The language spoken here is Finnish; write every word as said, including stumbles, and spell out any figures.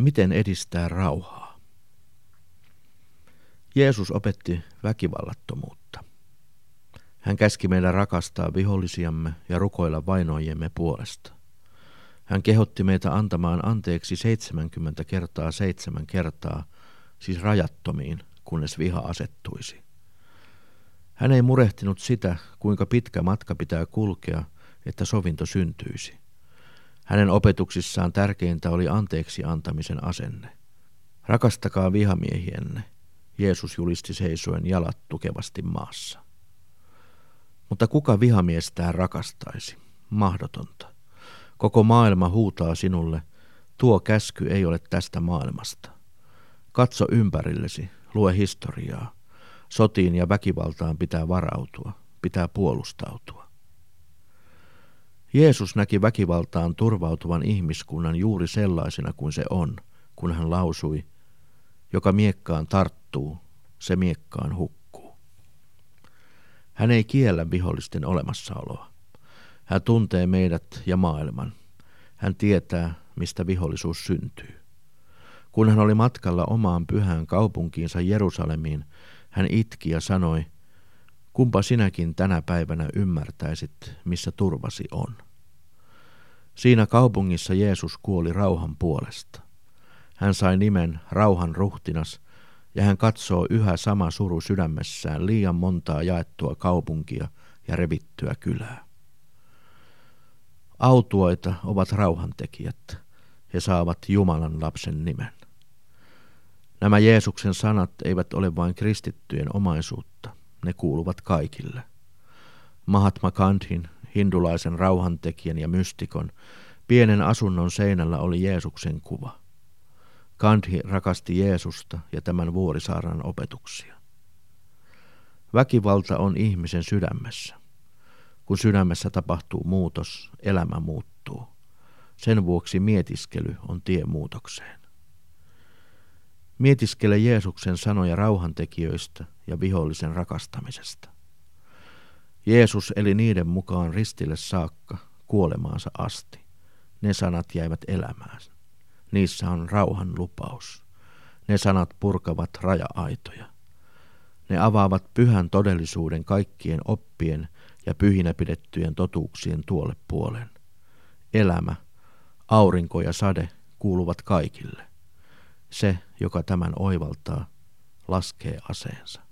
Miten edistää rauhaa? Jeesus opetti väkivallattomuutta. Hän käski meidän rakastaa vihollisiamme ja rukoilla vainoajiemme puolesta. Hän kehotti meitä antamaan anteeksi seitsemänkymmentä kertaa seitsemän kertaa, siis rajattomiin, kunnes viha asettuisi. Hän ei murehtinut sitä, kuinka pitkä matka pitää kulkea, että sovinto syntyisi. Hänen opetuksissaan tärkeintä oli anteeksi antamisen asenne. Rakastakaa vihamiehienne, Jeesus julisti seisoen jalat tukevasti maassa. Mutta kuka vihamiestään rakastaisi? Mahdotonta. Koko maailma huutaa sinulle, tuo käsky ei ole tästä maailmasta. Katso ympärillesi, lue historiaa. Sotiin ja väkivaltaan pitää varautua, pitää puolustautua. Jeesus näki väkivaltaan turvautuvan ihmiskunnan juuri sellaisena kuin se on, kun hän lausui, joka miekkaan tarttuu, se miekkaan hukkuu. Hän ei kiellä vihollisten olemassaoloa. Hän tuntee meidät ja maailman. Hän tietää, mistä vihollisuus syntyy. Kun hän oli matkalla omaan pyhään kaupunkiinsa Jerusalemiin, hän itki ja sanoi, kumpa sinäkin tänä päivänä ymmärtäisit, missä turvasi on. Siinä kaupungissa Jeesus kuoli rauhan puolesta. Hän sai nimen rauhan ruhtinas, ja hän katsoo yhä sama suru sydämessään liian montaa jaettua kaupunkia ja revittyä kylää. Autuaita ovat rauhantekijät, he saavat Jumalan lapsen nimen. Nämä Jeesuksen sanat eivät ole vain kristittyjen omaisuutta, ne kuuluvat kaikille. Mahatma Gandhin, hindulaisen rauhantekijän ja mystikon, pienen asunnon seinällä oli Jeesuksen kuva. Gandhi rakasti Jeesusta ja tämän Vuorisaaren opetuksia. Väkivalta on ihmisen sydämessä. Kun sydämessä tapahtuu muutos, elämä muuttuu. Sen vuoksi mietiskely on tie muutokseen. Mietiskele Jeesuksen sanoja rauhantekijöistä ja vihollisen rakastamisesta. Jeesus eli niiden mukaan ristille saakka, kuolemaansa asti. Ne sanat jäivät elämään. Niissä on rauhan lupaus. Ne sanat purkavat raja-aitoja. Ne avaavat pyhän todellisuuden kaikkien oppien ja pyhinä pidettyjen totuuksien tuolle puolen. Elämä, aurinko ja sade kuuluvat kaikille. Se, joka tämän oivaltaa, laskee aseensa.